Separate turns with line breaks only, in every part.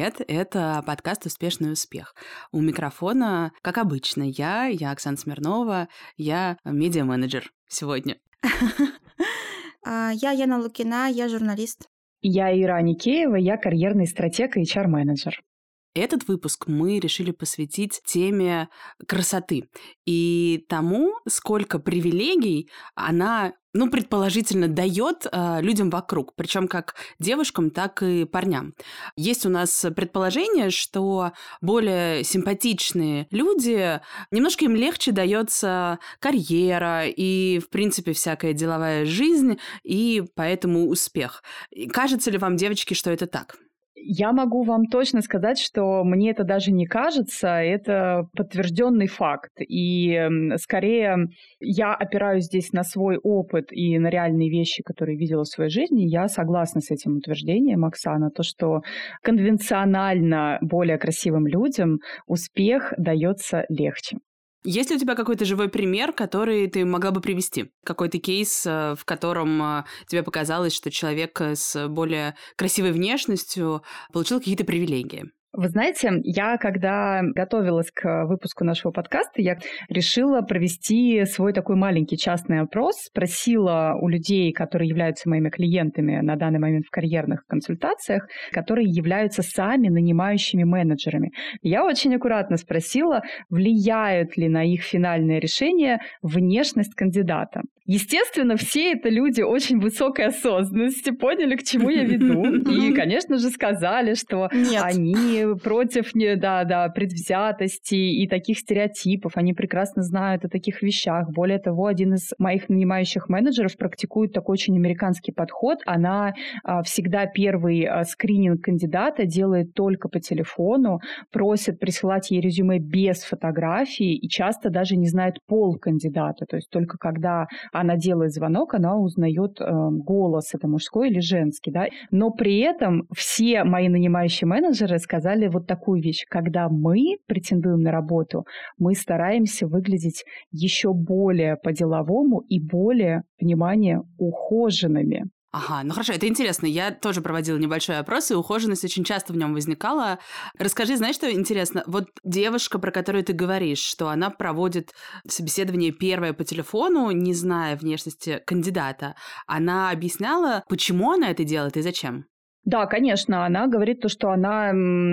привет! Это подкаст «Успешный успех». У микрофона, как обычно, я Оксана Смирнова, я медиа-менеджер сегодня.
Я Яна Лукина, я журналист.
Я Ира Аникеева, я карьерный стратег и HR-менеджер.
Этот выпуск мы решили посвятить теме красоты и тому, сколько привилегий она, предположительно, дает людям вокруг, причем как девушкам, так и парням. Есть у нас предположение, что более симпатичные люди, немножко им легче дается карьера и, в принципе, всякая деловая жизнь, и поэтому успех. Кажется ли вам, девочки, что это так?
Я могу вам точно сказать, что мне это даже не кажется, это подтвержденный факт. И скорее я опираюсь здесь на свой опыт и на реальные вещи, которые видела в своей жизни. Я согласна с этим утверждением, Оксана, то, что конвенционально более красивым людям успех дается легче.
Есть ли у тебя какой-то живой пример, который ты могла бы привести? Какой-то кейс, в котором тебе показалось, что человек с более красивой внешностью получил какие-то привилегии?
Вы знаете, я, когда готовилась к выпуску нашего подкаста, я решила провести свой такой маленький частный опрос, спросила у людей, которые являются моими клиентами на данный момент в карьерных консультациях, которые являются сами нанимающими менеджерами. Я очень аккуратно спросила, влияет ли на их финальное решение внешность кандидата. Естественно, все это люди очень высокой осознанности, поняли, к чему я веду. И, конечно же, сказали, что они против предвзятости и таких стереотипов. Они прекрасно знают о таких вещах. Более того, один из моих нанимающих менеджеров практикует такой очень американский подход. Она всегда первый скрининг кандидата делает только по телефону, просит присылать ей резюме без фотографии и часто даже не знает пол кандидата. То есть только когда она делает звонок, она узнает голос, это мужской или женский. Да? Но при этом все мои нанимающие менеджеры сказали вот такую вещь. Когда мы претендуем на работу, мы стараемся выглядеть еще более по-деловому и более, внимание, ухоженными.
Ага, хорошо, это интересно. Я тоже проводила небольшой опрос, и ухоженность очень часто в нем возникала. Расскажи, знаешь, что интересно? Вот девушка, про которую ты говоришь, что она проводит собеседование первое по телефону, не зная внешности кандидата, она объясняла, почему она это делает и зачем?
Да, конечно, она говорит то, что она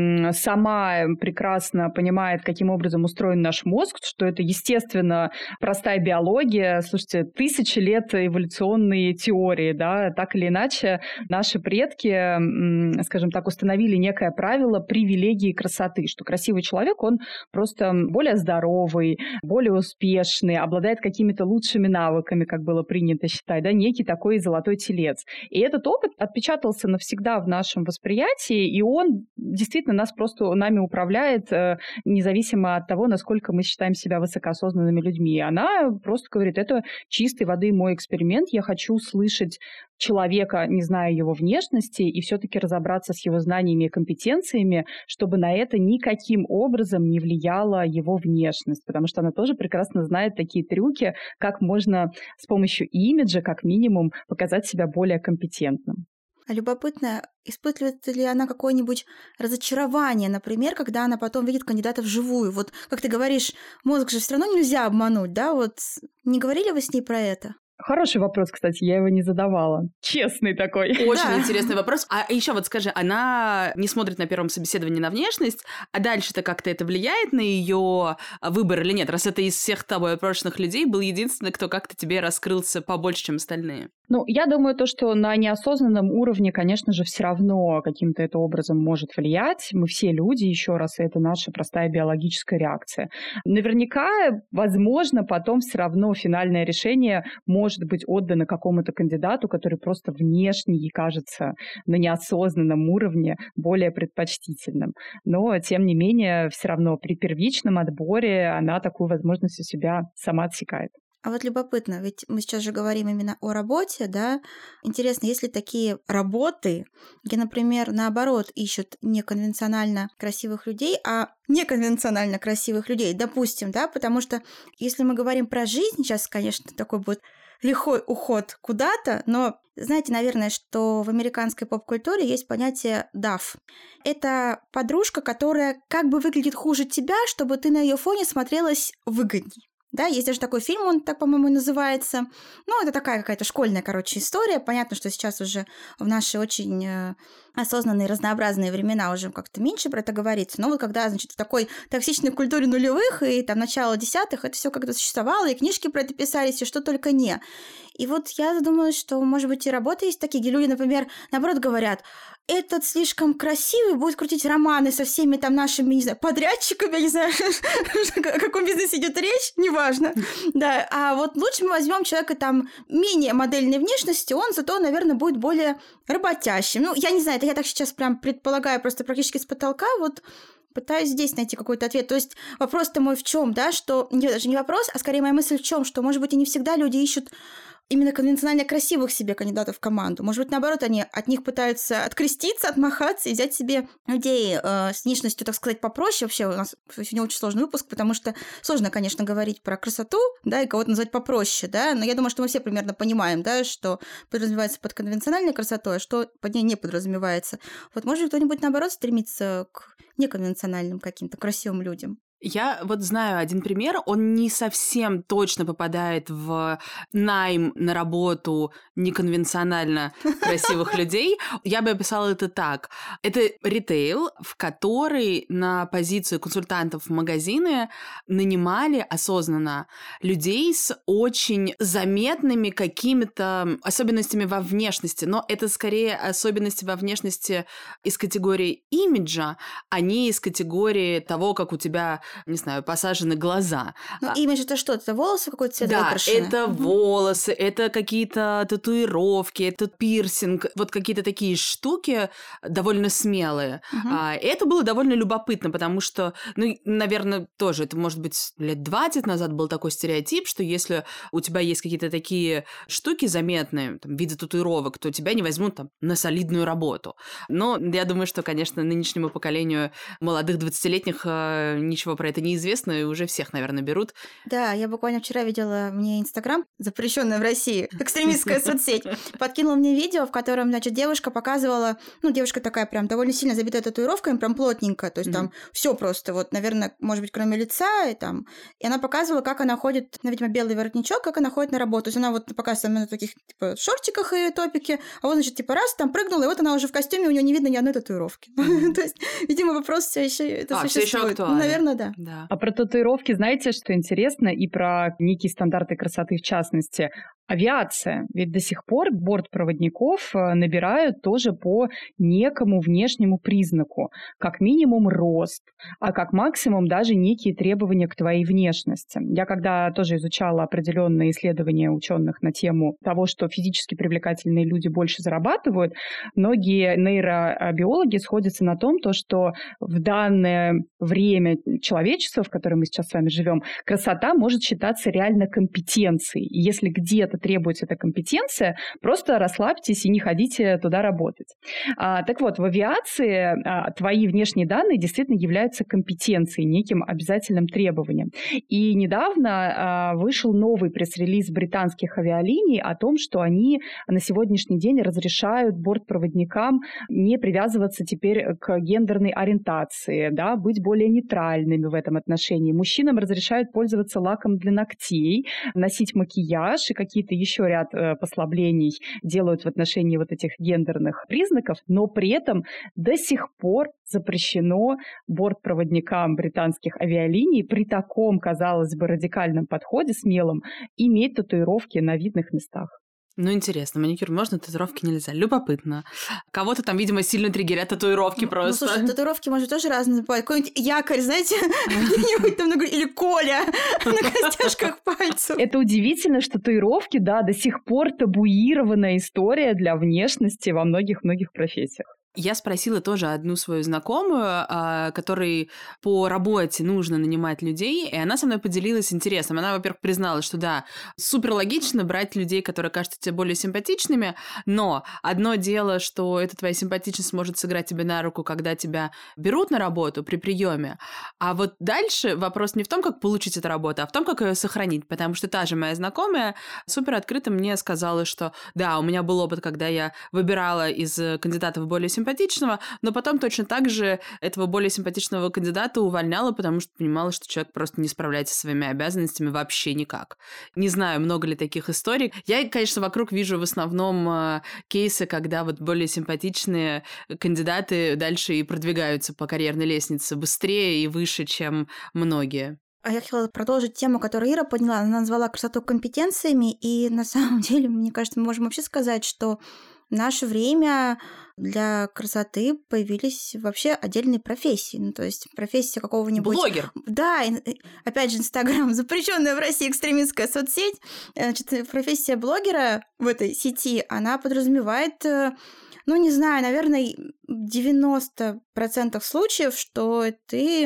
сама прекрасно понимает, каким образом устроен наш мозг, что это, естественно, простая биология. Слушайте, тысячи лет эволюционной теории, да, так или иначе, наши предки, скажем так, установили некое правило привилегии красоты, что красивый человек, он просто более здоровый, более успешный, обладает какими-то лучшими навыками, как было принято считать, да, некий такой золотой телец. И этот опыт отпечатался навсегда в нашем восприятии, и он действительно нами управляет, независимо от того, насколько мы считаем себя высокоосознанными людьми. Она просто говорит, это чистой воды мой эксперимент, я хочу слышать человека, не зная его внешности, и все-таки разобраться с его знаниями и компетенциями, чтобы на это никаким образом не влияла его внешность, потому что она тоже прекрасно знает такие трюки, как можно с помощью имиджа, как минимум, показать себя более компетентным.
Любопытно, испытывает ли она какое-нибудь разочарование, например, когда она потом видит кандидата вживую? Вот, как ты говоришь, мозг же все равно нельзя обмануть, да? Вот не говорили вы с ней про это?
Хороший вопрос, кстати, я его не задавала. Честный такой.
Очень интересный вопрос. А еще вот скажи, она не смотрит на первом собеседовании на внешность, а дальше-то как-то это влияет на ее выбор или нет? Раз это из всех тобой опрошенных людей был единственный, кто как-то тебе раскрылся побольше, чем остальные.
Я думаю, то, что на неосознанном уровне, конечно же, все равно каким-то это образом может влиять. Мы все люди, еще раз, и это наша простая биологическая реакция. Наверняка, возможно, потом все равно финальное решение может быть отдано какому-то кандидату, который просто внешне ей кажется на неосознанном уровне более предпочтительным. Но, тем не менее, все равно при первичном отборе она такую возможность у себя сама отсекает.
А вот любопытно, ведь мы сейчас же говорим именно о работе, да? Интересно, есть ли такие работы, где, например, наоборот, ищут неконвенционально красивых людей, а неконвенционально красивых людей, допустим, да? Потому что если мы говорим про жизнь, сейчас, конечно, такой будет лихой уход куда-то, но знаете, наверное, что в американской поп-культуре есть понятие «даф». Это подружка, которая как бы выглядит хуже тебя, чтобы ты на ее фоне смотрелась выгодней. Да, есть даже такой фильм, он так, по-моему, и называется. Ну, это такая какая-то школьная, история. Понятно, что сейчас уже в наши очень осознанные, разнообразные времена уже как-то меньше про это говорится. Но вот когда, значит, в такой токсичной культуре нулевых и там начала десятых это все как-то существовало, и книжки про это писались, и что только не. И вот я задумалась, что, может быть, и работы есть такие, где люди, например, наоборот говорят, этот слишком красивый, будет крутить романы со всеми там нашими, не знаю, подрядчиками, я не знаю, о каком бизнесе идет речь, неважно. Да, а вот лучше мы возьмем человека там менее модельной внешности, он зато, наверное, будет более работящим. Ну, я не знаю, это я так сейчас прям предполагаю просто практически с потолка, вот пытаюсь здесь найти какой-то ответ. То есть вопрос-то мой в чем, да, что даже не вопрос, а скорее моя мысль в чем, что, может быть, и не всегда люди ищут именно конвенционально красивых себе кандидатов в команду. Может быть, наоборот, они от них пытаются откреститься, отмахаться и взять себе людей с внешностью, так сказать, попроще. Вообще у нас сегодня очень сложный выпуск, потому что сложно, конечно, говорить про красоту, да, и кого-то назвать попроще, да, но я думаю, что мы все примерно понимаем, да, что подразумевается под конвенциональной красотой, а что под ней не подразумевается. Вот может кто-нибудь, наоборот, стремится к неконвенциональным каким-то красивым людям?
Я вот знаю один пример, он не совсем точно попадает в найм на работу неконвенционально красивых людей. Я бы описала это так. Это ритейл, в который на позицию консультантов в магазины нанимали осознанно людей с очень заметными какими-то особенностями во внешности. Но это скорее особенности во внешности из категории имиджа, а не из категории того, как у тебя, не знаю, посажены глаза.
Ну, имидж это что? Это волосы какой-то цвет выкрашены?
Да, это волосы, это какие-то татуировки, это пирсинг, вот какие-то такие штуки довольно смелые. Это было довольно любопытно, потому что, ну, наверное, тоже, это, может быть, лет 20 назад был такой стереотип, что если у тебя есть какие-то такие штуки заметные, там, виды татуировок, то тебя не возьмут там на солидную работу. Но я думаю, что, конечно, нынешнему поколению молодых 20-летних ничего про это неизвестно, и уже всех, наверное, берут.
Да, я буквально вчера видела, мне Инстаграм, запрещенная в России, экстремистская соцсеть, подкинула мне видео, в котором, значит, девушка показывала, ну, девушка такая прям довольно сильно забитая татуировками, прям плотненькая, то есть там все просто, вот, наверное, может быть, кроме лица, и она показывала, как она ходит, видимо, белый воротничок, как она ходит на работу. То есть она вот показывает на таких, типа, шортиках и топике, а вот, значит, типа, раз, там прыгнула, и вот она уже в костюме, у нее не видно ни одной татуировки. То есть, видимо, вопрос все еще это существует. Наверное, да.
А про татуировки, знаете, что интересно? И про некие стандарты красоты в частности. Авиация. Ведь до сих пор бортпроводников набирают тоже по некому внешнему признаку. Как минимум рост, а как максимум даже некие требования к твоей внешности. Я когда тоже изучала определенные исследования ученых на тему того, что физически привлекательные люди больше зарабатывают, многие нейробиологи сходятся на том, что в данное время человечества, в котором мы сейчас с вами живем, красота может считаться реально компетенцией. И если где-то требуется эта компетенция, просто расслабьтесь и не ходите туда работать. Так вот, в авиации твои внешние данные действительно являются компетенцией, неким обязательным требованием. И недавно вышел новый пресс-релиз британских авиалиний о том, что они на сегодняшний день разрешают бортпроводникам не привязываться теперь к гендерной ориентации, да, быть более нейтральными в этом отношении. Мужчинам разрешают пользоваться лаком для ногтей, носить макияж и какие-то еще ряд послаблений делают в отношении вот этих гендерных признаков, но при этом до сих пор запрещено бортпроводникам британских авиалиний при таком, казалось бы, радикальном подходе, смелом, иметь татуировки на видных местах.
Ну, интересно, маникюр можно, татуировки нельзя. Любопытно. Кого-то там, видимо, сильно триггерят татуировки просто.
Ну, слушай, татуировки, может, тоже разные бывают. Какой-нибудь якорь, знаете, где-нибудь там, или Коля на костяшках пальцев.
Это удивительно, что татуировки, да, до сих пор табуированная история для внешности во многих-многих профессиях.
Я спросила тоже одну свою знакомую, которой по работе нужно нанимать людей, и она со мной поделилась интересом. Она, во-первых, призналась, что да, супер логично брать людей, которые кажутся тебе более симпатичными, но одно дело, что эта твоя симпатичность может сыграть тебе на руку, когда тебя берут на работу при приеме, а вот дальше вопрос не в том, как получить эту работу, а в том, как ее сохранить, потому что та же моя знакомая супер открыто мне сказала, что да, у меня был опыт, когда я выбирала из кандидатов более симпатичного, но потом точно так же этого более симпатичного кандидата увольняла, потому что понимала, что человек просто не справляется со своими обязанностями вообще никак. Не знаю, много ли таких историй. Я, конечно, вокруг вижу в основном кейсы, когда вот более симпатичные кандидаты дальше и продвигаются по карьерной лестнице быстрее и выше, чем многие.
А я хотела продолжить тему, которую Ира подняла. Она назвала красоту компетенциями, и на самом деле, мне кажется, мы можем вообще сказать, что в наше время для красоты появились вообще отдельные профессии. Ну, то есть профессия какого-нибудь...
Блогер.
Да, опять же, Инстаграм, запрещенная в России экстремистская соцсеть. Значит, профессия блогера в этой сети, она подразумевает... Ну, не знаю, наверное, 90% случаев, что ты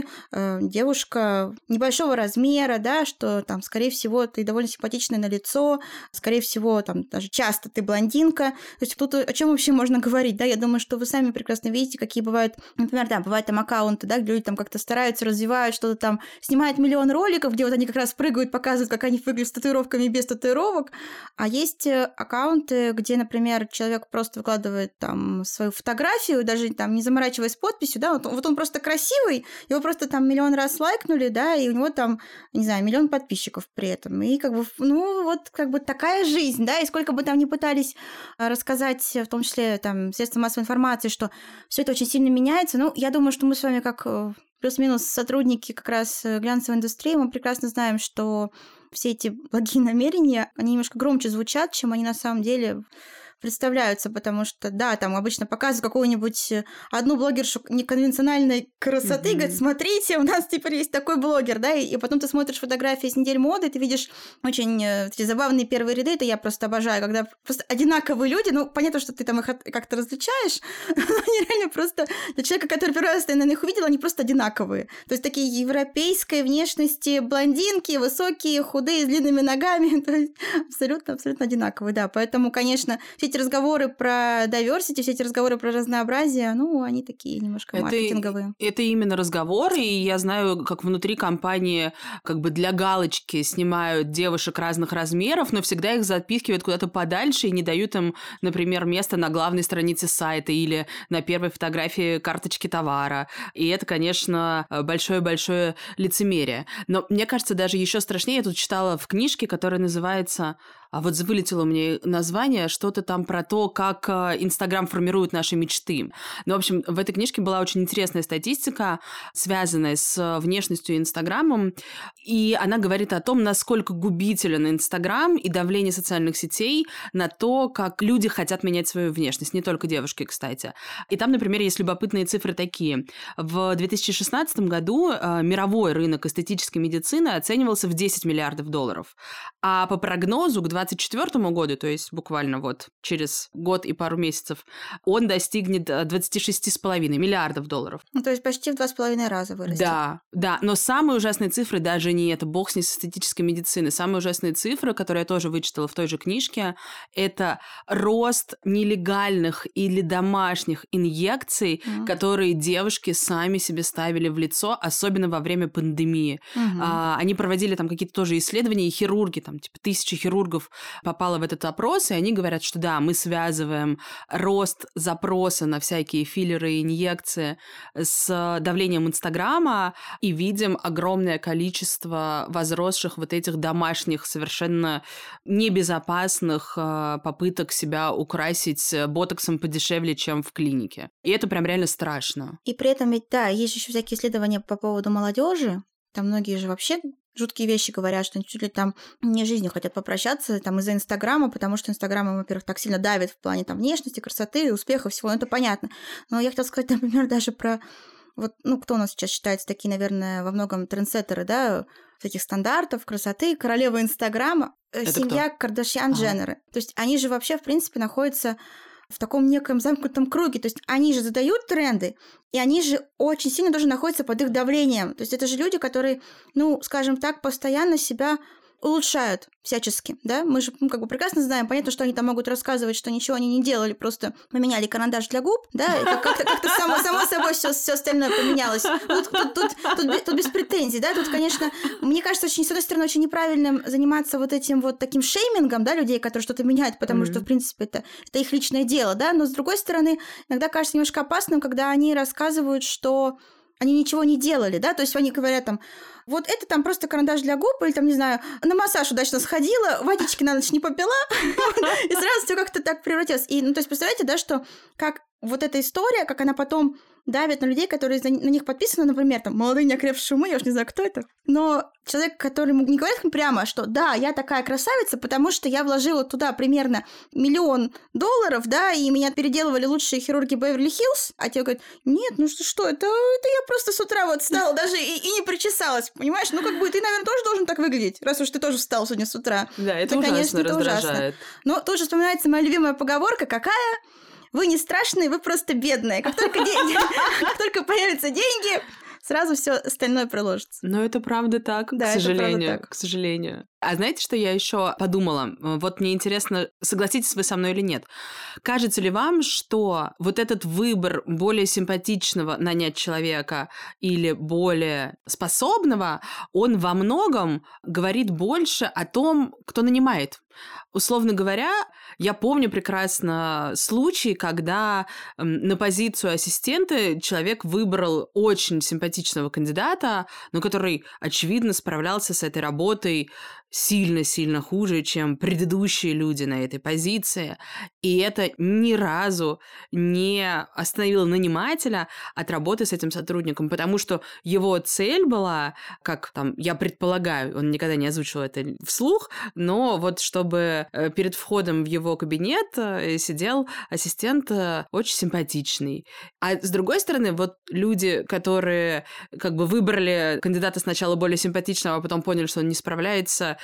девушка небольшого размера, да, что там, скорее всего, ты довольно симпатичная на лицо, скорее всего, там, даже часто ты блондинка. То есть тут о чем вообще можно говорить, да? Я думаю, что вы сами прекрасно видите, какие бывают, например, да, бывают там аккаунты, да, где люди там как-то стараются, развивают что-то там, снимают миллион роликов, где вот они как раз прыгают, показывают, как они выглядят с татуировками и без татуировок. А есть аккаунты, где, например, человек просто выкладывает там свою фотографию, даже там не заморачиваясь подписью, да, вот он просто красивый, его просто там миллион раз лайкнули, да, и у него там, не знаю, миллион подписчиков при этом. И как бы, ну, вот как бы такая жизнь, да, и сколько бы там ни пытались рассказать, в том числе там средства массовой информации, что все это очень сильно меняется, ну, я думаю, что мы с вами как плюс-минус сотрудники как раз глянцевой индустрии, мы прекрасно знаем, что все эти благие намерения, они немножко громче звучат, чем они на самом деле представляются, потому что, да, там обычно показывают какую-нибудь одну блогершу неконвенциональной красоты, говорят, смотрите, у нас теперь есть такой блогер, да, и потом ты смотришь фотографии с недель моды, и ты видишь очень такие забавные первые ряды, это я просто обожаю, когда просто одинаковые люди, ну, понятно, что ты там их как-то различаешь, но они реально просто, для человека, который первый раз, наверное, их увидел, они просто одинаковые. То есть такие европейской внешности блондинки, высокие, худые, с длинными ногами, то есть абсолютно одинаковые, да, поэтому, конечно, все эти разговоры про diversity, все эти разговоры про разнообразие, ну, они такие немножко маркетинговые.
Это именно разговоры, и я знаю, как внутри компании как бы для галочки снимают девушек разных размеров, но всегда их запихивают куда-то подальше и не дают им, например, место на главной странице сайта или на первой фотографии карточки товара. И это, конечно, большое-большое лицемерие. Но мне кажется, даже еще страшнее, я тут читала в книжке, которая называется... А вот вылетело у меня название, что-то там про то, как Инстаграм формирует наши мечты. Ну, в общем, в этой книжке была очень интересная статистика, связанная с внешностью Инстаграмом, и она говорит о том, насколько губителен Инстаграм и давление социальных сетей на то, как люди хотят менять свою внешность, не только девушки, кстати. И там, например, есть любопытные цифры такие. В 2016 году мировой рынок эстетической медицины оценивался в $10 миллиардов, а по прогнозу к 2024 году, то есть буквально вот через год и пару месяцев, он достигнет $26,5 миллиардов.
Ну, то есть почти в 2,5 раза вырастет.
Да, но самые ужасные цифры даже не это, бог с ней с эстетической медицины. Самые ужасные цифры, которые я тоже вычитала в той же книжке, это рост нелегальных или домашних инъекций, которые девушки сами себе ставили в лицо, особенно во время пандемии. Они проводили там какие-то тоже исследования, и хирурги, там типа 1000 хирургов попало в этот опрос, и они говорят, что да, мы связываем рост запроса на всякие филлеры и инъекции с давлением Инстаграма и видим огромное количество возросших вот этих домашних, совершенно небезопасных попыток себя украсить ботоксом подешевле, чем в клинике. И это прям реально страшно.
И при этом ведь, да, есть еще всякие исследования по поводу молодежи. Там многие же вообще жуткие вещи говорят, что они чуть ли там не жизнью хотят попрощаться там из-за Инстаграма, потому что Инстаграм, во-первых, так сильно давит в плане там внешности, красоты, успеха, всего, это понятно. Но я хотела сказать, например, даже про вот, ну, кто у нас сейчас считается такие, наверное, во многом трендсеттеры, да, таких стандартов, красоты, королева Инстаграма, семья Кардашьян-Дженнеры. То есть они же вообще, в принципе, находятся в таком неком замкнутом круге. То есть они же задают тренды, и они же очень сильно тоже находятся под их давлением. То есть это же люди, которые, скажем так, постоянно себя улучшают всячески, да? Мы же прекрасно знаем, понятно, что они там могут рассказывать, что ничего они не делали, просто поменяли карандаш для губ, да, и как-то само собой все остальное поменялось. Тут без претензий, да, тут, конечно, мне кажется, очень, с одной стороны, очень неправильным заниматься вот этим вот таким шеймингом, да, людей, которые что-то меняют, потому что, в принципе, это их личное дело, да, но, с другой стороны, иногда кажется немножко опасным, когда они рассказывают, что они ничего не делали, да, то есть они говорят там, вот это там просто карандаш для губ, или там, не знаю, на массаж удачно сходила, водички на ночь не попила, и сразу все как-то так превратилось. И, то есть, представляете, да, что как вот эта история, как она потом давит на людей, которые на них подписаны, например, там, молодые неокрепшие умы, я уж не знаю, кто это, но человек, который не говорит прямо, что да, я такая красавица, потому что я вложила туда примерно $1 миллион, да, и меня переделывали лучшие хирурги Беверли-Хиллз, а те говорят, нет, что, это я просто с утра вот встала даже и не причесалась, понимаешь? Ты, наверное, тоже должен так выглядеть, раз уж ты тоже встал сегодня с утра.
Да, это ужасно, конечно, раздражает. Ужасно.
Но тут же вспоминается моя любимая поговорка, какая? Вы не страшные, вы просто бедные. Как только появятся деньги, сразу все остальное приложится.
Но это правда так,
да,
к сожалению. А знаете, что я еще подумала? Вот мне интересно, согласитесь вы со мной или нет. Кажется ли вам, что вот этот выбор более симпатичного нанять человека или более способного, он во многом говорит больше о том, кто нанимает? Условно говоря, я помню прекрасно случай, когда на позицию ассистента человек выбрал очень симпатичного кандидата, но который, очевидно, справлялся с этой работой сильно-сильно хуже, чем предыдущие люди на этой позиции. И это ни разу не остановило нанимателя от работы с этим сотрудником, потому что его цель была, как там, я предполагаю, он никогда не озвучил это вслух, но вот чтобы перед входом в его кабинет сидел ассистент очень симпатичный. А с другой стороны, вот люди, которые выбрали кандидата сначала более симпатичного, а потом поняли, что он не справляется,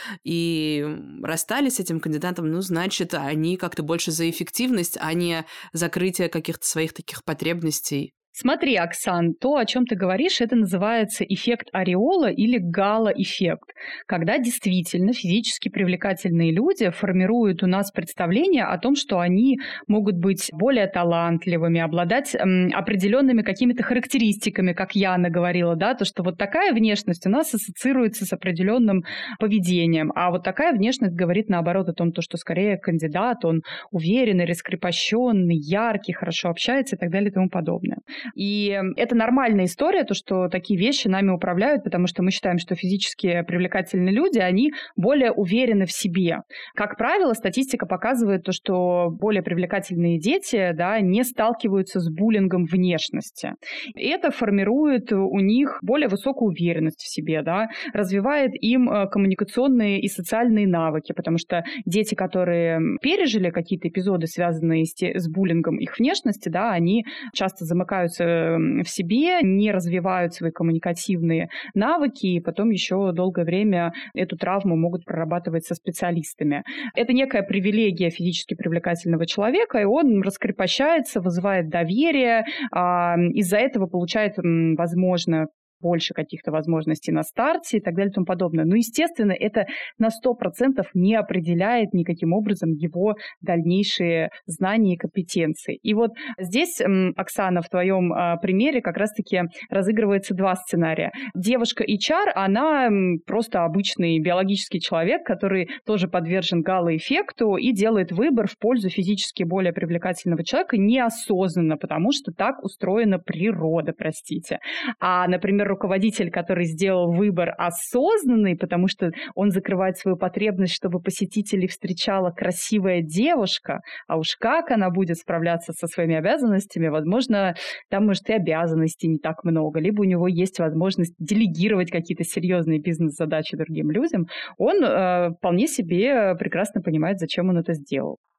и расстались с этим кандидатом, значит, они как-то больше за эффективность, а не закрытие каких-то своих таких потребностей.
Смотри, Оксан, то, о чем ты говоришь, это называется эффект ореола или гало-эффект, когда действительно физически привлекательные люди формируют у нас представление о том, что они могут быть более талантливыми, обладать определенными какими-то характеристиками, как Яна говорила, да, то, что вот такая внешность у нас ассоциируется с определенным поведением, а вот такая внешность говорит наоборот о том, что скорее кандидат, он уверенный, раскрепощенный, яркий, хорошо общается и так далее и тому подобное. И это нормальная история, то, что такие вещи нами управляют, потому что мы считаем, что физически привлекательные люди, они более уверены в себе. Как правило, статистика показывает то, что более привлекательные дети, да, не сталкиваются с буллингом внешности. И это формирует у них более высокую уверенность в себе, да, развивает им коммуникационные и социальные навыки, потому что дети, которые пережили какие-то эпизоды, связанные с буллингом их внешности, да, они часто замыкаются в себе, не развивают свои коммуникативные навыки, и потом еще долгое время эту травму могут прорабатывать со специалистами. Это некая привилегия физически привлекательного человека, и он раскрепощается, вызывает доверие, из-за этого получает, возможно, больше каких-то возможностей на старте и так далее и тому подобное. Но, естественно, это на 100% не определяет никаким образом его дальнейшие знания и компетенции. И вот здесь, Оксана, в твоем примере как раз-таки разыгрывается два сценария. Девушка HR, она просто обычный биологический человек, который тоже подвержен гало-эффекту и делает выбор в пользу физически более привлекательного человека неосознанно, потому что так устроена природа, простите. А, например, руководитель, который сделал выбор осознанный, потому что он закрывает свою потребность, чтобы посетителей встречала красивая девушка, а уж как она будет справляться со своими обязанностями, возможно, там, может, и обязанностей не так много, либо у него есть возможность делегировать какие-то серьезные бизнес-задачи другим людям, он вполне себе прекрасно понимает, зачем он это сделал.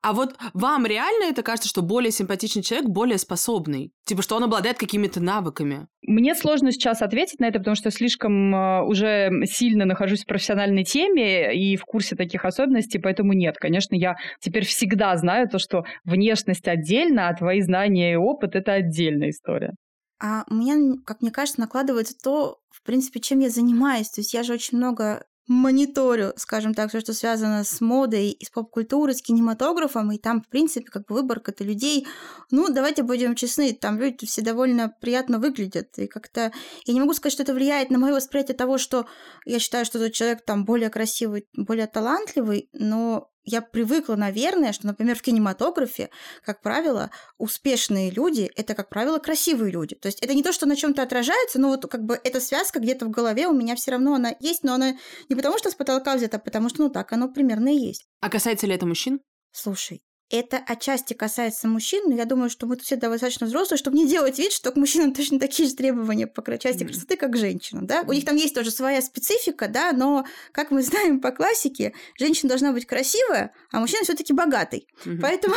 А вот вам реально это кажется, что более симпатичный человек более способный? Типа, что он обладает какими-то навыками?
Мне сложно сейчас ответить на это, потому что слишком уже сильно нахожусь в профессиональной теме и в курсе таких особенностей, поэтому нет. Конечно, я теперь всегда знаю то, что внешность отдельно, а твои знания и опыт — это отдельная история.
А у меня, как мне кажется, накладывается то, в принципе, чем я занимаюсь. То есть я же очень много мониторю, скажем так, все, что связано с модой, с поп-культурой, с кинематографом, и там, в принципе, как бы выборка-то людей, ну, давайте будем честны, там люди все довольно приятно выглядят, и как-то... Я не могу сказать, что это влияет на мое восприятие того, что я считаю, что этот человек там более красивый, более талантливый, но я привыкла, наверное, что, например, в кинематографе, как правило, успешные люди — это, как правило, красивые люди. То есть это не то, что на чем-то отражается, но вот как бы эта связка где-то в голове у меня все равно она есть, но она не потому, что с потолка взята, а потому что, ну так, оно примерно и есть.
А касается ли это мужчин?
Слушай, это отчасти касается мужчин, но я думаю, что мы тут все достаточно взрослые, чтобы не делать вид, что к мужчинам точно такие же требования по части красоты, как к женщинам, да? У них там есть тоже своя специфика, да, но, как мы знаем по классике, женщина должна быть красивая, а мужчина все таки богатый. Поэтому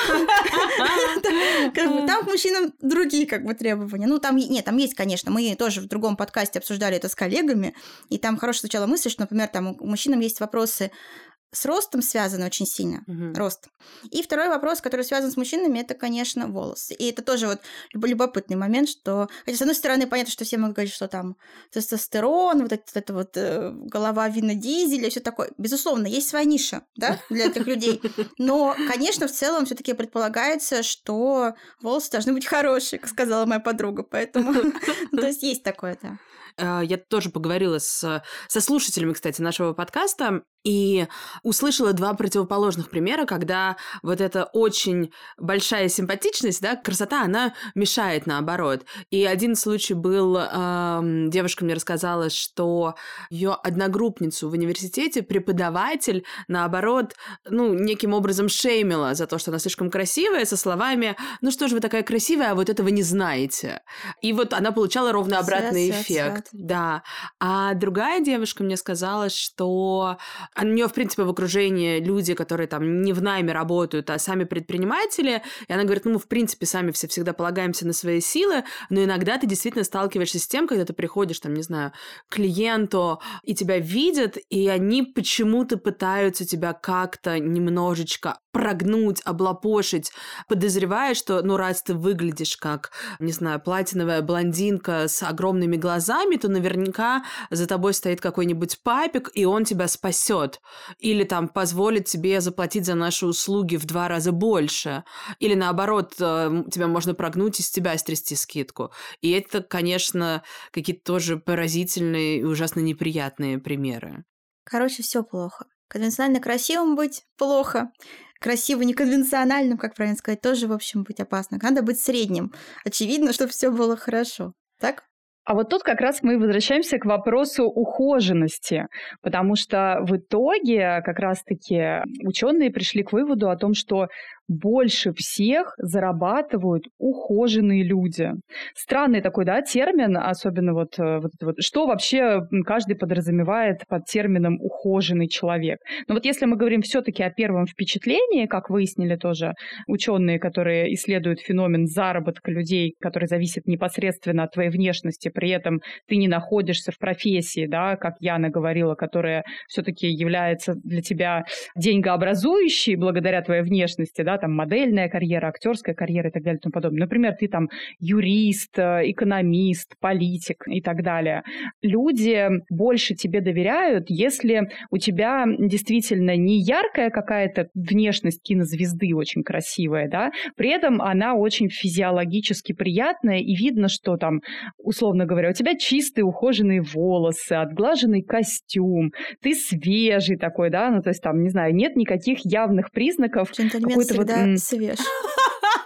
там к мужчинам другие как бы требования. Ну, там есть, конечно, мы тоже в другом подкасте обсуждали это с коллегами, и там хорошая сначала мысль, что, например, там у мужчин есть вопросы с ростом связаны очень сильно, рост. И второй вопрос, который связан с мужчинами, это, конечно, волосы. И это тоже вот любопытный момент, что... Хотя, с одной стороны, понятно, что все могут говорить, что там тестостерон, вот это вот голова Вина Дизеля, все такое. Безусловно, есть своя ниша, да, для этих людей. Но, конечно, в целом все таки предполагается, что волосы должны быть хорошие, как сказала моя подруга. Поэтому, то есть, есть такое, да.
Я тоже поговорила со слушателями, кстати, нашего подкаста, и услышала два противоположных примера, когда вот эта очень большая симпатичность, да, красота, она мешает наоборот. И один случай был, девушка мне рассказала, что ее одногруппницу в университете преподаватель, наоборот, неким образом шеймила за то, что она слишком красивая, со словами: ну что же вы такая красивая, а вот этого не знаете. И вот она получала ровно обратный эффект. Да. А другая девушка мне сказала, что у нее, в принципе, в окружении люди, которые там не в найме работают, а сами предприниматели, и она говорит, мы, в принципе, сами все всегда полагаемся на свои силы, но иногда ты действительно сталкиваешься с тем, когда ты приходишь, там, не знаю, к клиенту, и тебя видят, и они почему-то пытаются тебя как-то немножечко прогнуть, облапошить, подозревая, что, раз ты выглядишь как, не знаю, платиновая блондинка с огромными глазами, то наверняка за тобой стоит какой-нибудь папик, и он тебя спасет. Или там позволит тебе заплатить за наши услуги в 2 раза больше. Или наоборот, тебя можно прогнуть и с тебя стрясти скидку. И это, конечно, какие-то тоже поразительные и ужасно неприятные примеры.
Короче, все плохо. Конвенционально красивым быть плохо. Красиво неконвенциональным, как правильно сказать, тоже, в общем, быть опасно. Надо быть средним. Очевидно, чтобы все было хорошо. Так?
А вот тут как раз мы возвращаемся к вопросу ухоженности, потому что в итоге как раз-таки ученые пришли к выводу о том, что больше всех зарабатывают ухоженные люди. Странный такой, да, термин, особенно вот что вообще каждый подразумевает под термином ухоженный человек. Но вот если мы говорим все-таки о первом впечатлении, как выяснили тоже ученые, которые исследуют феномен заработка людей, который зависит непосредственно от твоей внешности, при этом ты не находишься в профессии, да, как Яна говорила, которая все-таки является для тебя деньгообразующей благодаря твоей внешности, да, там модельная карьера, актерская карьера и так далее и тому подобное. Например, ты там юрист, экономист, политик и так далее. Люди больше тебе доверяют, если у тебя действительно не яркая какая-то внешность кинозвезды очень красивая, да, при этом она очень физиологически приятная, и видно, что там, условно говоря, у тебя чистые ухоженные волосы, отглаженный костюм, ты свежий такой, да, то есть там, не знаю, нет никаких явных признаков.
Джентльмен всегда свеж.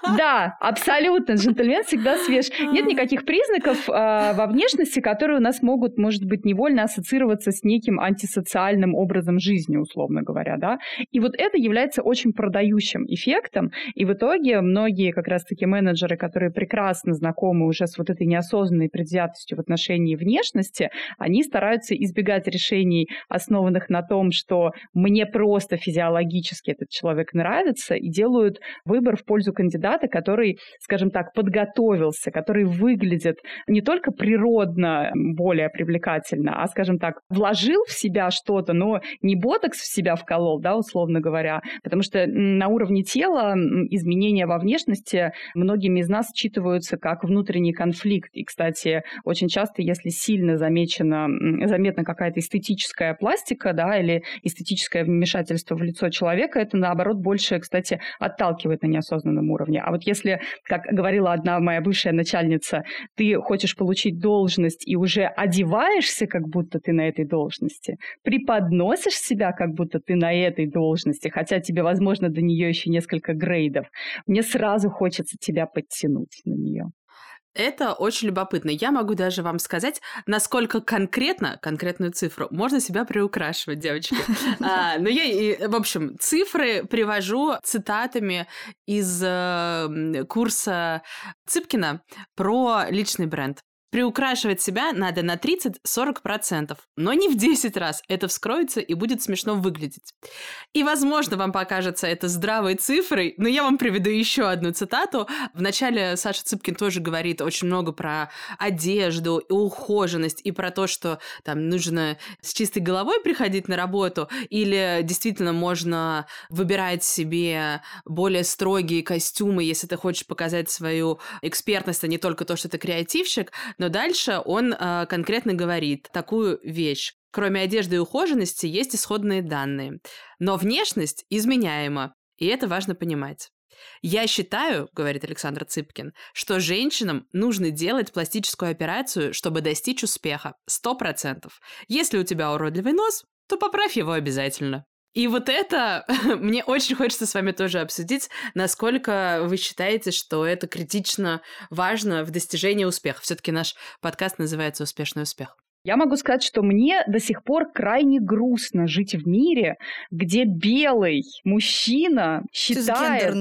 Да, абсолютно. Джентльмен всегда свеж. Нет никаких признаков во внешности, которые у нас могут, может быть, невольно ассоциироваться с неким антисоциальным образом жизни, условно говоря, да. И вот это является очень продающим эффектом. И в итоге многие как раз-таки менеджеры, которые прекрасно знакомы уже с вот этой неосознанной предвзятостью в отношении внешности, они стараются избегать решений, основанных на том, что мне просто физиологически этот человек нравится, и делают выбор в пользу кандидата, который, скажем так, подготовился, который выглядит не только природно более привлекательно, а, скажем так, вложил в себя что-то, но не ботокс в себя вколол, да, условно говоря, потому что на уровне тела изменения во внешности многими из нас считываются как внутренний конфликт. И, кстати, очень часто, если сильно заметна какая-то эстетическая пластика, да, или эстетическое вмешательство в лицо человека, это, наоборот, больше, кстати, отталкивает на неосознанном уровне. А вот если, как говорила одна моя бывшая начальница, ты хочешь получить должность и уже одеваешься, как будто ты на этой должности, преподносишь себя, как будто ты на этой должности, хотя тебе, возможно, до нее еще несколько грейдов, мне сразу хочется тебя подтянуть на нее.
Это очень любопытно. Я могу даже вам сказать, насколько конкретную цифру можно себя приукрашивать, девочки. Но я, в общем, цифры привожу цитатами из курса Цыпкина про личный бренд. Приукрашивать себя надо на 30-40%, но не в 10 раз. Это вскроется и будет смешно выглядеть. И, возможно, вам покажется это здравой цифрой, но я вам приведу еще одну цитату. Вначале Саша Цыпкин тоже говорит очень много про одежду и ухоженность, и про то, что там нужно с чистой головой приходить на работу, или действительно можно выбирать себе более строгие костюмы, если ты хочешь показать свою экспертность, а не только то, что ты креативщик. Но дальше он конкретно говорит такую вещь. Кроме одежды и ухоженности есть исходные данные. Но внешность изменяема, и это важно понимать. «Я считаю, — говорит Александр Цыпкин, — что женщинам нужно делать пластическую операцию, чтобы достичь успеха. 100%. Если у тебя уродливый нос, то поправь его обязательно». И вот это мне очень хочется с вами тоже обсудить, насколько вы считаете, что это критично важно в достижении успеха. Все-таки наш подкаст называется «Успешный успех».
Я могу сказать, что мне до сих пор крайне грустно жить в мире, где белый мужчина считает,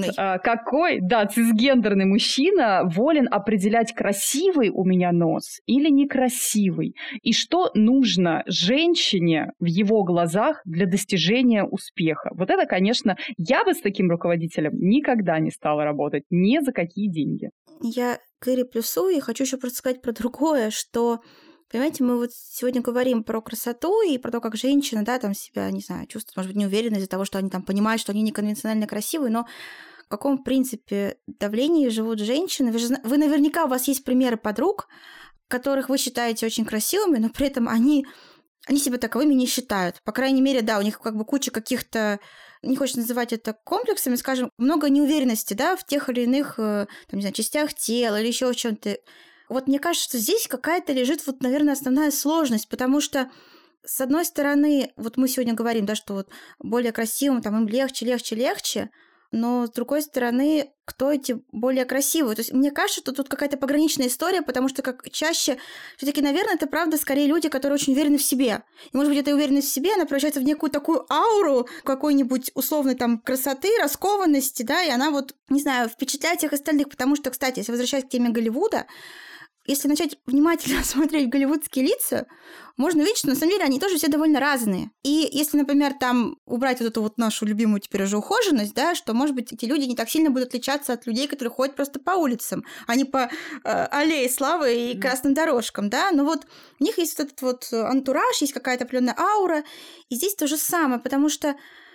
цисгендерный мужчина волен определять, красивый у меня нос или некрасивый, и что нужно женщине в его глазах для достижения успеха. Вот это, конечно, я бы с таким руководителем никогда не стала работать, ни за какие деньги.
Я к Ире плюсую и хочу еще просто сказать про другое, что... Понимаете, мы вот сегодня говорим про красоту и про то, как женщина, да, там себя, не знаю, чувствует, может быть, неуверенно из-за того, что они там понимают, что они неконвенционально красивые, но в каком, принципе, давлении живут женщины? Вы наверняка, у вас есть примеры подруг, которых вы считаете очень красивыми, но при этом они себя таковыми не считают. По крайней мере, да, у них как бы куча каких-то, не хочется называть это комплексами, скажем, много неуверенности, да, в тех или иных, там, не знаю, частях тела или еще в чем-то. Вот мне кажется, что здесь какая-то лежит, вот, наверное, основная сложность, потому что, с одной стороны, вот мы сегодня говорим, да, что вот более красивым, там, им легче, но, с другой стороны, кто эти более красивые? То есть, мне кажется, что тут какая-то пограничная история, потому что как чаще, все-таки, наверное, это правда скорее люди, которые очень уверены в себе. И, может быть, эта уверенность в себе, она превращается в некую такую ауру какой-нибудь условной там красоты, раскованности, да, и она вот, не знаю, впечатляет всех остальных, потому что, кстати, если возвращаясь к теме Голливуда, если начать внимательно смотреть голливудские лица, можно увидеть, что на самом деле они тоже все довольно разные. И если, например, там убрать вот эту вот нашу любимую теперь уже ухоженность, да, что, может быть, эти люди не так сильно будут отличаться от людей, которые ходят просто по улицам, а не по аллее славы и красным дорожкам, да, но вот у них есть вот этот вот антураж, есть какая-то определенная аура, и здесь то же самое, потому что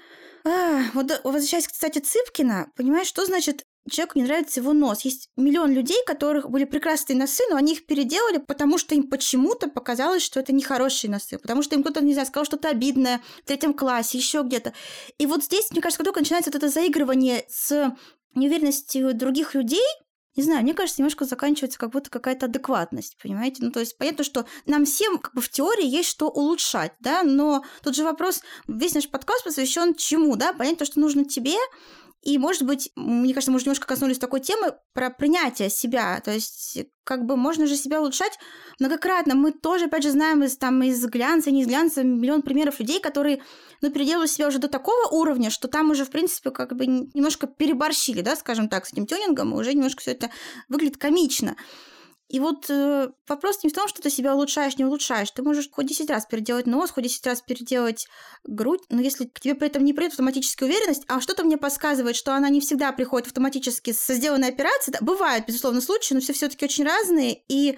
вот возвращаясь, кстати, Цыпкина, понимаешь, что значит человеку не нравится его нос. Есть миллион людей, у которых были прекрасные носы, но они их переделали, потому что им почему-то показалось, что это нехорошие носы, потому что им кто-то, не знаю, сказал что-то обидное в 3 классе, еще где-то. И вот здесь, мне кажется, как только начинается вот это заигрывание с неуверенностью других людей, не знаю, мне кажется, немножко заканчивается как будто какая-то адекватность, понимаете? Ну, то есть понятно, что нам всем как бы в теории есть что улучшать, да, но тут же вопрос, весь наш подкаст посвящен чему, да? Понять то, что нужно тебе, И, может быть, мне кажется, мы уже немножко коснулись такой темы про принятие себя. То есть, как бы можно же себя улучшать многократно. Мы тоже, опять же, знаем из глянца, не из глянца, миллион примеров людей, которые, переделали себя уже до такого уровня, что там уже, в принципе, как бы немножко переборщили, да, скажем так, с этим тюнингом, и уже немножко все это выглядит комично. И вот вопрос не в том, что ты себя улучшаешь, не улучшаешь. Ты можешь хоть 10 раз переделать нос, хоть 10 раз переделать грудь, но если к тебе при этом не придет автоматическая уверенность, а что-то мне подсказывает, что она не всегда приходит автоматически со сделанной операцией, да, бывают, безусловно, случаи, но все-таки очень разные, и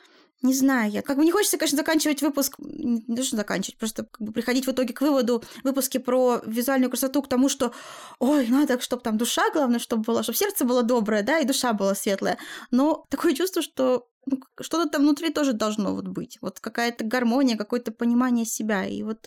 не знаю, я как бы не хочется, конечно, заканчивать выпуск, не то, что заканчивать, просто как бы приходить в итоге к выводу в выпуске про визуальную красоту, к тому, что, надо, чтобы там душа, главное, чтобы сердце было доброе, да, и душа была светлая. Но такое чувство, что что-то там внутри тоже должно быть. Вот какая-то гармония, какое-то понимание себя, и вот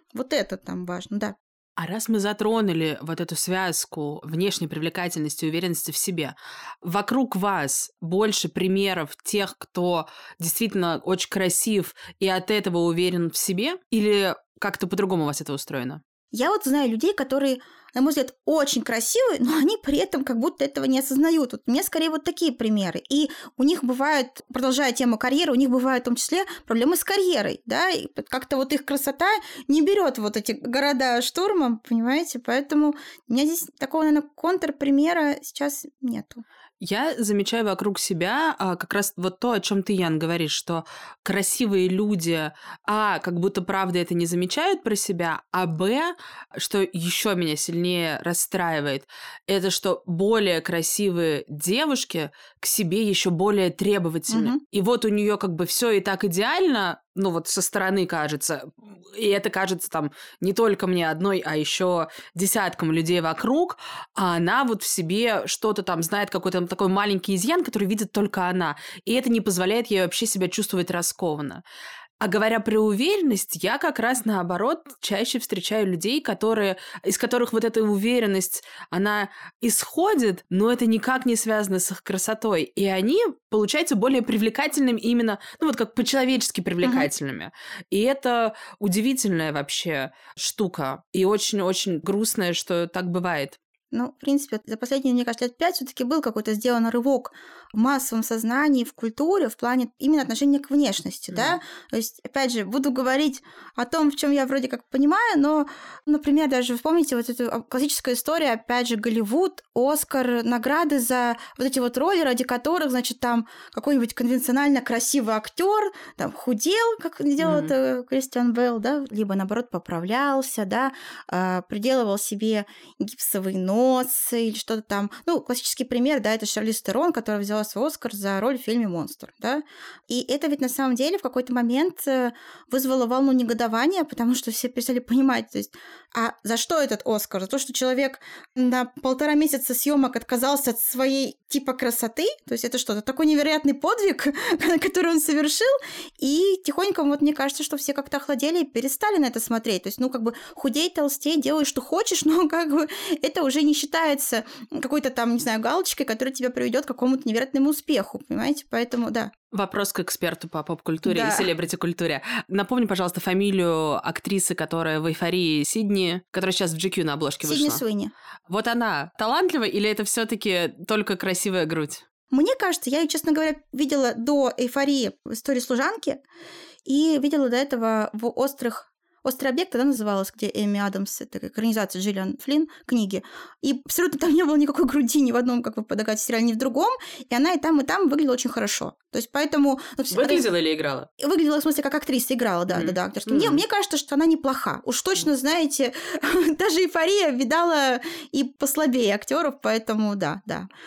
это там важно, да.
А раз мы затронули вот эту связку внешней привлекательности и уверенности в себе, вокруг вас больше примеров тех, кто действительно очень красив и от этого уверен в себе? Или как-то по-другому у вас это устроено?
Я вот знаю людей, которые, на мой взгляд, очень красивые, но они при этом как будто этого не осознают. Вот у меня скорее вот такие примеры. И у них бывает, продолжая тему карьеры, у них бывают в том числе проблемы с карьерой, да, и как-то вот их красота не берет вот эти города штурмом, понимаете? Поэтому у меня здесь такого, наверное, контрпримера сейчас нету.
Я замечаю вокруг себя как раз вот то, о чем ты, Ян, говоришь, что красивые люди, как будто правда это не замечают про себя, а что еще меня сильнее расстраивает, это что более красивые девушки к себе еще более требовательны.
Угу.
И вот у нее как бы все и так идеально, со стороны кажется, и это кажется там не только мне одной, а еще десяткам людей вокруг, а она вот в себе что-то там знает, какой-то такой маленький изъян, который видит только она, и это не позволяет ей вообще себя чувствовать раскованно. А говоря про уверенность, я как раз наоборот чаще встречаю людей, из которых вот эта уверенность, она исходит, но это никак не связано с их красотой. И они получаются более привлекательными именно, как по-человечески привлекательными. И это удивительная вообще штука. И очень-очень грустная, что так бывает.
В принципе, за последние, мне кажется, лет 5 все-таки был какой-то сделан рывок в массовом сознании, в культуре, в плане именно отношения к внешности, да? То есть, опять же, буду говорить о том, в чем я вроде как понимаю, но, например, даже вспомните вот эту классическую историю, опять же, Голливуд, Оскар, награды за вот эти вот роли, ради которых, значит, там какой-нибудь конвенционально красивый актер там худел, как сделал это Кристиан Бейл, да, либо, наоборот, поправлялся, да, приделывал себе гипсовый нос или что-то там. Классический пример, да, это Шарлиз Терон, которая взяла свой Оскар за роль в фильме «Монстр», да. И это ведь на самом деле в какой-то момент вызвало волну негодования, потому что все перестали понимать, то есть, а за что этот Оскар? За то, что человек на 1,5 месяца съемок отказался от своей типа красоты? То есть это что-то такой невероятный подвиг, который он совершил, и тихонько, мне кажется, что все как-то охладели и перестали на это смотреть. То есть, худей, толстей, делай, что хочешь, но это уже не считается какой-то там, не знаю, галочкой, которая тебя приведет к какому-то невероятному успеху, понимаете? Поэтому, да.
Вопрос к эксперту по поп-культуре
и
селебрити-культуре. Напомни, пожалуйста, фамилию актрисы, которая в «Эйфории», Сидни, которая сейчас в GQ на обложке вышла.
Сидни Суини.
Вот она талантлива или это все-таки только красивая грудь?
Мне кажется, я ее, честно говоря, видела до «Эйфории» в «Истории служанки» и видела до этого в «Острый объект» тогда называлась, где Эми Адамс, это экранизация Джиллиан Флинн, книги. И абсолютно там не было никакой груди ни в одном, как вы подогадаетесь, сериале, ни в другом. И она и там выглядела очень хорошо. То есть поэтому...
Выглядела или играла?
Выглядела, в смысле, как актриса играла, да, актерство. Мне кажется, что она неплоха. Уж точно, знаете, даже «Эйфория» видала и послабее актеров, поэтому да.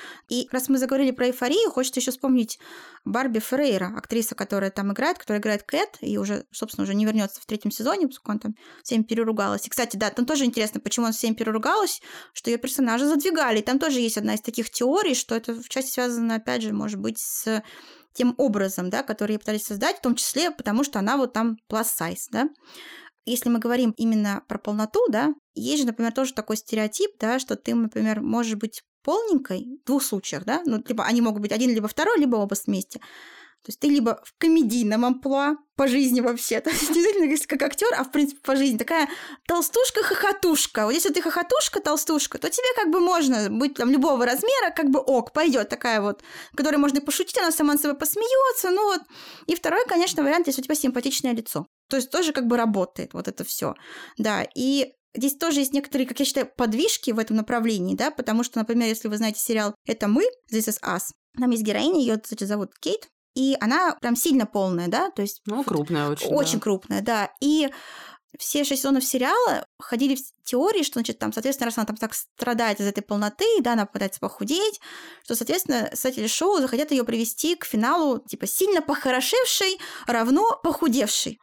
И раз мы заговорили про «Эйфорию», хочется еще вспомнить Барби Феррейра, актриса, которая там играет, которая играет Кэт, и уже, собственно, уже не вернется в 3-м сезоне, поскольку он там всем переругалась. И, кстати, да, там тоже интересно, почему он всем переругалась, что ее персонажа задвигали. И там тоже есть одна из таких теорий, что это в части связано, опять же, может быть, с тем образом, да, который пытались создать, в том числе потому, что она вот там plus size, да. Если мы говорим именно про полноту, да, есть же, например, тоже такой стереотип, да, что ты, например, можешь быть полненькой в 2 случаях, да, либо они могут быть один, либо второй, либо оба вместе. То есть ты либо в комедийном амплуа по жизни вообще, то есть действительно как актер, а в принципе по жизни такая толстушка-хохотушка. Вот если ты хохотушка-толстушка, то тебе как бы можно быть там любого размера, как бы ок, пойдет такая вот, которой можно и пошутить, она сама над собой посмеется, ну вот. И второй, конечно, вариант, если у тебя симпатичное лицо. То есть тоже как бы работает вот это все, да, и здесь тоже есть некоторые, как я считаю, подвижки в этом направлении, да, потому что, например, если вы знаете сериал «Это мы», This is Us, там есть героиня, ее, кстати, зовут Кейт, и она прям сильно полная, да, то есть...
Ну, крупная очень.
Очень крупная, да, и все 6 сезонов сериала ходили в теории, что, значит, там, соответственно, раз она там так страдает из этой полноты, да, она пытается похудеть, что, соответственно, создатели шоу захотят ее привести к финалу, типа, сильно похорошевшей равно похудевшей.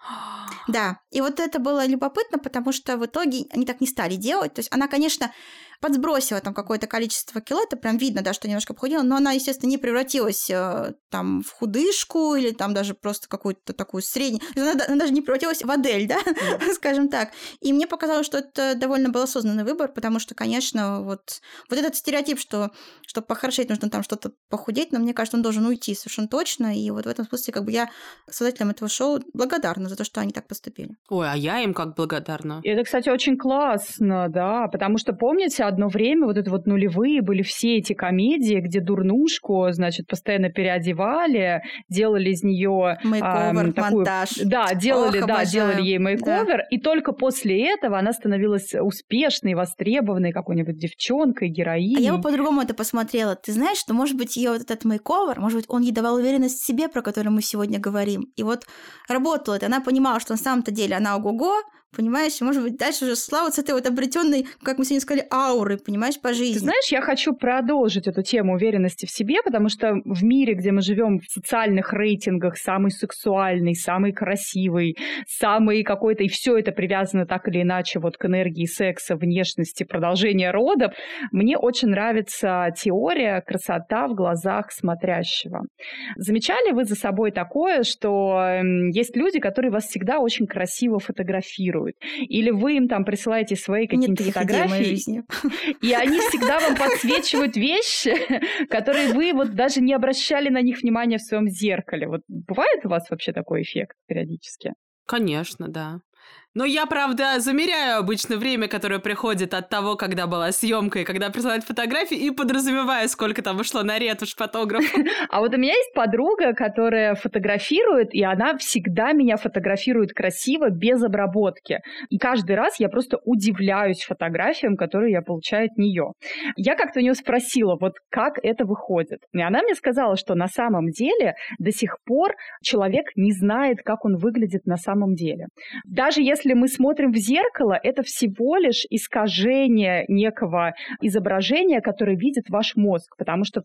Да, и вот это было любопытно, потому что в итоге они так не стали делать. То есть она, конечно, подсбросила там какое-то количество кило, это прям видно, да, что немножко похудела, но она, естественно, не превратилась там в худышку или там даже просто какую-то такую среднюю... Она даже не превратилась в Адель, да, скажем так. И мне показалось, что это довольно был осознанный выбор, потому что, конечно, вот этот стереотип, что чтобы похорошеть, нужно там что-то похудеть, но мне кажется, он должен уйти совершенно точно, и вот в этом смысле как бы я создателям этого шоу благодарна за то, что они так поступили.
Ой, а я им как благодарна.
И это, кстати, очень классно, да, потому что, помните, одно время, вот это вот нулевые, были все эти комедии, где дурнушку, значит, постоянно переодевали, делали из нее
мейковер, монтаж.
Да, делали ей мейковер, да. И только после этого она становилась успешной, востребованной какой-нибудь девчонкой, героиней.
А я бы по-другому это посмотрела. Ты знаешь, что, может быть, ее вот этот мейковер, может быть, он ей давал уверенность в себе, про которую мы сегодня говорим. И вот работало это. Она понимала, что на самом-то деле она ого-го, понимаешь, может быть, дальше уже слава с этой вот обретенной, как мы сегодня сказали, ауры, понимаешь, по жизни.
Ты знаешь, я хочу продолжить эту тему уверенности в себе, потому что в мире, где мы живем в социальных рейтингах, самый сексуальный, самый красивый, самый какой-то, и все это привязано так или иначе вот к энергии секса, внешности, продолжения родов, мне очень нравится теория «красота в глазах смотрящего». Замечали вы за собой такое, что есть люди, которые вас всегда очень красиво фотографируют? Или вы им там присылаете свои какие-нибудь фотографии, и они всегда вам подсвечивают вещи, которые вы вот даже не обращали на них внимания в своем зеркале. Вот бывает у вас вообще такой эффект периодически?
Конечно, да. Но я, правда, замеряю обычно время, которое приходит от того, когда была съемка и когда присылают фотографии, и подразумеваю, сколько там ушло на ретушь фотографа.
А вот у меня есть подруга, которая фотографирует, и она всегда меня фотографирует красиво, без обработки. И каждый раз я просто удивляюсь фотографиям, которые я получаю от нее. Я как-то у нее спросила, вот как это выходит. И она мне сказала, что на самом деле до сих пор человек не знает, как он выглядит на самом деле. Даже если мы смотрим в зеркало, это всего лишь искажение некого изображения, которое видит ваш мозг. Потому что в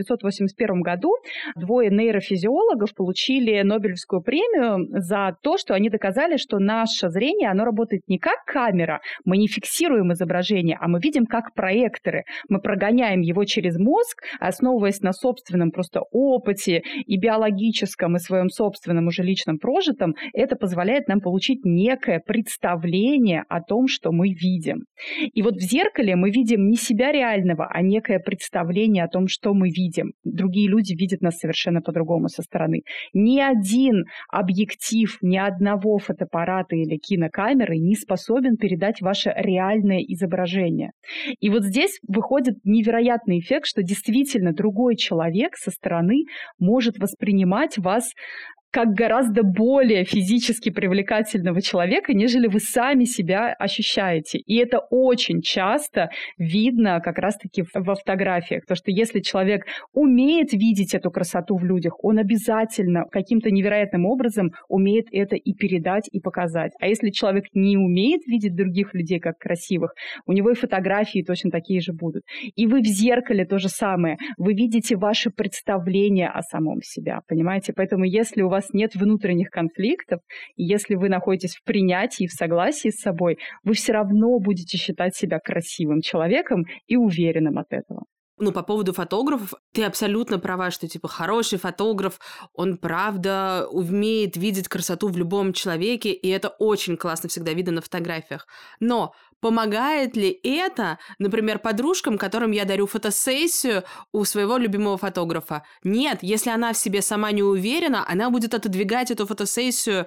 1981 году двое нейрофизиологов получили Нобелевскую премию за то, что они доказали, что наше зрение, оно работает не как камера, мы не фиксируем изображение, а мы видим как проекторы. Мы прогоняем его через мозг, основываясь на собственном просто опыте и биологическом, и своем собственном уже личном прожитом. Это позволяет нам получить некое представление о том, что мы видим. И вот в зеркале мы видим не себя реального, а некое представление о том, что мы видим. Другие люди видят нас совершенно по-другому со стороны. Ни один объектив, ни одного фотоаппарата или кинокамеры не способен передать ваше реальное изображение. И вот здесь выходит невероятный эффект, что действительно другой человек со стороны может воспринимать вас как гораздо более физически привлекательного человека, нежели вы сами себя ощущаете. И это очень часто видно как раз-таки во фотографиях. Потому что если человек умеет видеть эту красоту в людях, он обязательно каким-то невероятным образом умеет это и передать, и показать. А если человек не умеет видеть других людей как красивых, у него и фотографии точно такие же будут. И вы в зеркале то же самое. Вы видите ваше представление о самом себе, понимаете? Поэтому если у вас нет внутренних конфликтов, и если вы находитесь в принятии, в согласии с собой, вы все равно будете считать себя красивым человеком и уверенным от этого.
Ну, по поводу фотографов, ты абсолютно права, что, типа, хороший фотограф, он, правда, умеет видеть красоту в любом человеке, и это очень классно всегда видно на фотографиях. Но помогает ли это, например, подружкам, которым я дарю фотосессию у своего любимого фотографа? Нет, если она в себе сама не уверена, она будет отодвигать эту фотосессию,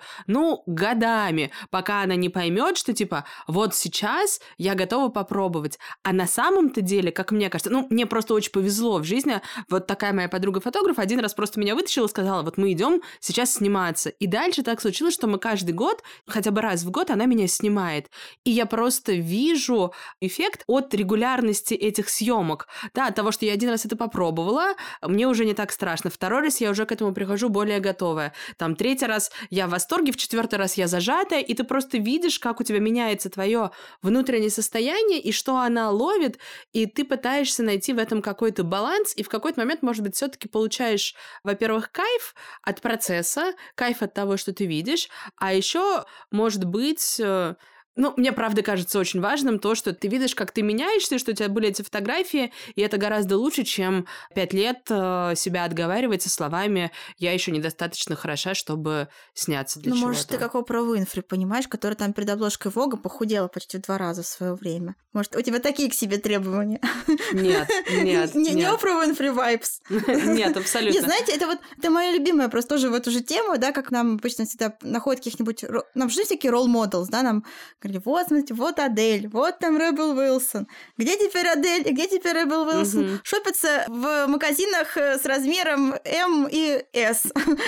годами, пока она не поймет, что, типа, вот сейчас я готова попробовать. А на самом-то деле, как мне кажется, мне просто очень повезло в жизни. Вот такая моя подруга-фотограф один раз просто меня вытащила и сказала, вот мы идем сейчас сниматься. И дальше так случилось, что мы каждый год, хотя бы раз в год, она меня снимает. И я просто вижу эффект от регулярности этих съемок. Да, от того, что я один раз это попробовала, мне уже не так страшно. Второй раз я уже к этому прихожу более готовая. Там третий раз я в восторге, в четвертый раз я зажатая, и ты просто видишь, как у тебя меняется твое внутреннее состояние, и что она ловит, и ты пытаешься найти в этом какой-то баланс, и в какой-то момент, может быть, все-таки получаешь, во-первых, кайф от процесса, кайф от того, что ты видишь, а еще, может быть... мне, правда, кажется очень важным то, что ты видишь, как ты меняешься, что у тебя были эти фотографии, и это гораздо лучше, чем 5 лет себя отговаривать со словами «я еще недостаточно хороша, чтобы сняться для чего-то».
Может, ты как Опра Уинфри, понимаешь, которая там перед обложкой Вога похудела почти в 2 раза в свое время. Может, у тебя такие к себе требования?
Нет.
Не Опра Уинфри вайбс.
Нет, абсолютно.
Не, знаете, это моя любимая просто тоже в эту же тему, да, как нам обычно всегда находят каких-нибудь... Нам же всякие ролл-моделс, да, нам говорили, вот, смотрите, вот Адель, вот там Ребел Уилсон. Где теперь Адель, где теперь Ребел Уилсон? Шопятся в магазинах с размером М и С.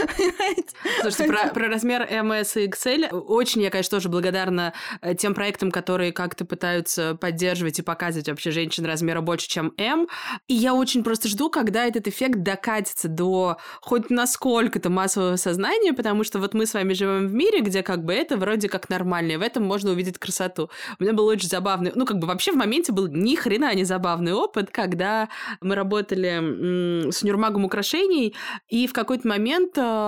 Слушайте, про размер М, С и XL очень я, конечно, тоже благодарна тем проектам, которые как-то пытаются поддерживать и показывать вообще женщин размера больше, чем М. И я очень просто жду, когда этот эффект докатится до хоть насколько-то массового сознания, потому что вот мы с вами живем в мире, где как бы это вроде как нормально, и в этом можно увидеть красоту. У меня был очень забавный, вообще в моменте был ни хрена не забавный опыт, когда мы работали с универмагом украшений, и в какой-то момент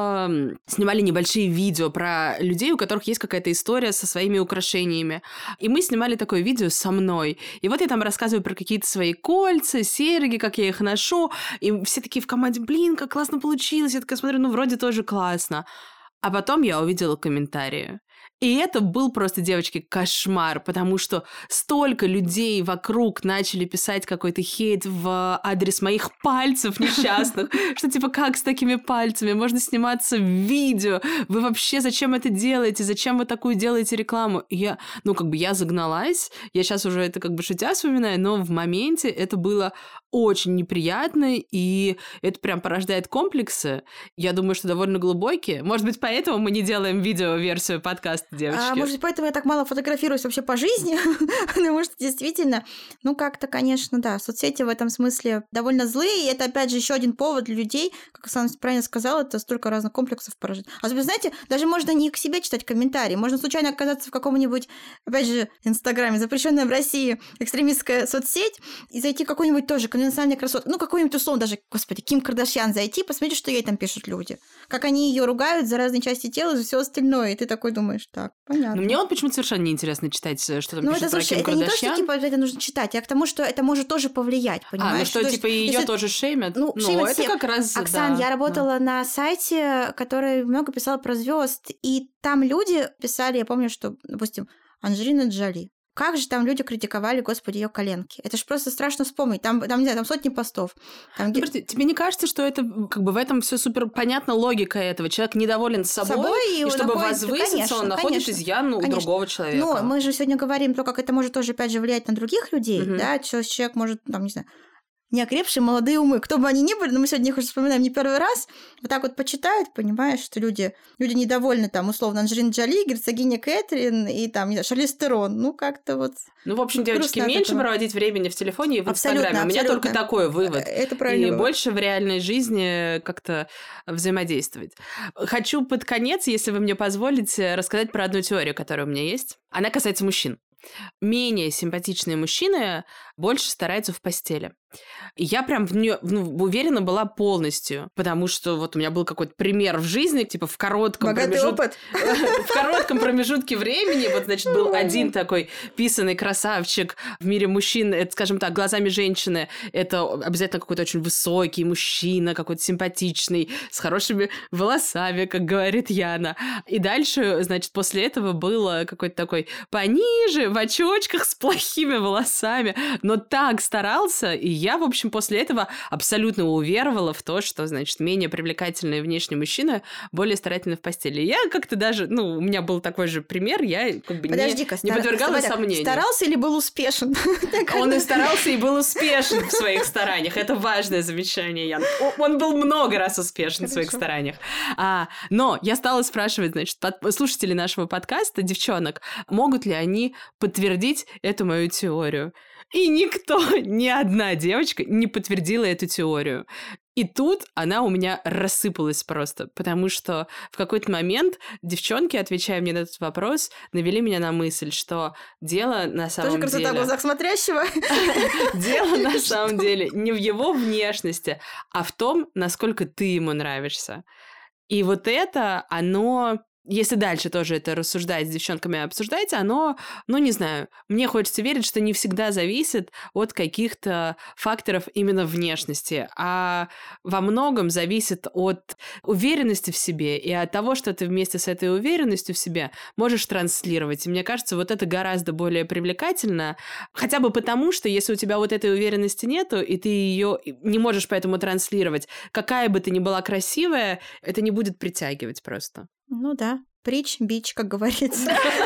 снимали небольшие видео про людей, у которых есть какая-то история со своими украшениями. И мы снимали такое видео со мной. И вот я там рассказываю про какие-то свои кольца, серьги, как я их ношу, и все такие в команде, блин, как классно получилось. Я такая смотрю, вроде тоже классно. А потом я увидела комментарии. И это был просто, девочки, кошмар, потому что столько людей вокруг начали писать какой-то хейт в адрес моих пальцев несчастных, что типа как с такими пальцами можно сниматься в видео, вы вообще зачем это делаете, зачем вы такую делаете рекламу? И я, я загналась, я сейчас уже это шутя вспоминаю, но в моменте это было очень неприятно, и это прям порождает комплексы, я думаю, что довольно глубокие. Может быть, поэтому мы не делаем видео-версию подкаста, девочки.
Может быть, поэтому я так мало фотографируюсь вообще по жизни, потому что действительно, как-то, конечно, да, соцсети в этом смысле довольно злые, и это, опять же, еще один повод для людей, как Оксана правильно сказала, это столько разных комплексов поражает. Особенно, знаете, даже можно не к себе читать комментарии, можно случайно оказаться в каком-нибудь, опять же, Инстаграме, запрещенная в России экстремистская соцсеть, и зайти в какой-нибудь тоже конвенциональный красоту, какой-нибудь условно даже, господи, Ким Кардашьян зайти, посмотреть, что ей там пишут люди. Как они ее ругают за разные части тела и за все остальное, и ты такой думаешь, так, понятно.
Мне почему-то совершенно неинтересно читать, что там пишут про Ким Кардашьян.
Это не то, что типа это нужно читать, а к тому, что это может тоже повлиять, понимаешь?
Что типа ее тоже шеймят?
Шеймят
это
всех.
как раз,
Оксан, я работала на сайте, который много писал про звезд, и там люди писали, я помню, что, допустим, Анджелина Джоли. Как же там люди критиковали, господи, ее коленки. Это же просто страшно вспомнить. Там, не знаю, там сотни постов.
Подожди, тебе не кажется, что это в этом все супер понятна логика этого? Человек недоволен собой и чтобы возвыситься, он находит изъян у другого человека.
Но мы же сегодня говорим про, как это может тоже, опять же, влиять на других людей, да, что человек может, не знаю, неокрепшие молодые умы, кто бы они ни были, но мы сегодня их уже вспоминаем не первый раз, вот так вот почитают, понимаешь, что люди недовольны, там, условно, Анджелина Джоли, герцогиня Кэтрин и, там, не знаю, Шарлиз Терон, как-то вот...
в общем, девочки, меньше проводить времени в телефоне и в Инстаграме. У меня только такой вывод.
Это правильно.
И больше в реальной жизни как-то взаимодействовать. Хочу под конец, если вы мне позволите, рассказать про одну теорию, которая у меня есть. Она касается мужчин. Менее симпатичные мужчины больше стараются в постели. И я прям в нее уверена была полностью, потому что вот у меня был какой-то пример в жизни, типа в коротком промежутке времени, вот, значит, был один такой писаный красавчик в мире мужчин, это, скажем так, глазами женщины, это обязательно какой-то очень высокий мужчина, какой-то симпатичный, с хорошими волосами, как говорит Яна. И дальше, значит, после этого было какой-то такой пониже, в очочках, с плохими волосами, но так старался, и я, в общем, после этого абсолютно уверовала в то, что, значит, менее привлекательный внешний мужчина более старательный в постели. Я как-то даже, у меня был такой же пример, я как бы не подвергала сомнению.
Старался или был успешен?
Он и старался, и был успешен в своих стараниях. Это важное замечание, Ян. Он был много раз успешен в своих стараниях. Но я стала спрашивать, значит, слушателей нашего подкаста, девчонок, могут ли они подтвердить эту мою теорию. И никто, ни одна девочка не подтвердила эту теорию. И тут она у меня рассыпалась просто, потому что в какой-то момент девчонки, отвечая мне на этот вопрос, навели меня на мысль, что дело на самом деле...
Тоже красота в глазах смотрящего.
Дело на самом деле не в его внешности, а в том, насколько ты ему нравишься. И вот это, оно... Если дальше тоже это рассуждать с девчонками, обсуждать, оно, не знаю, мне хочется верить, что не всегда зависит от каких-то факторов именно внешности, а во многом зависит от уверенности в себе и от того, что ты вместе с этой уверенностью в себе можешь транслировать. И мне кажется, вот это гораздо более привлекательно, хотя бы потому, что если у тебя вот этой уверенности нету, и ты ее не можешь поэтому транслировать, какая бы ты ни была красивая, это не будет притягивать просто.
Ну да, preach, bitch, как говорится.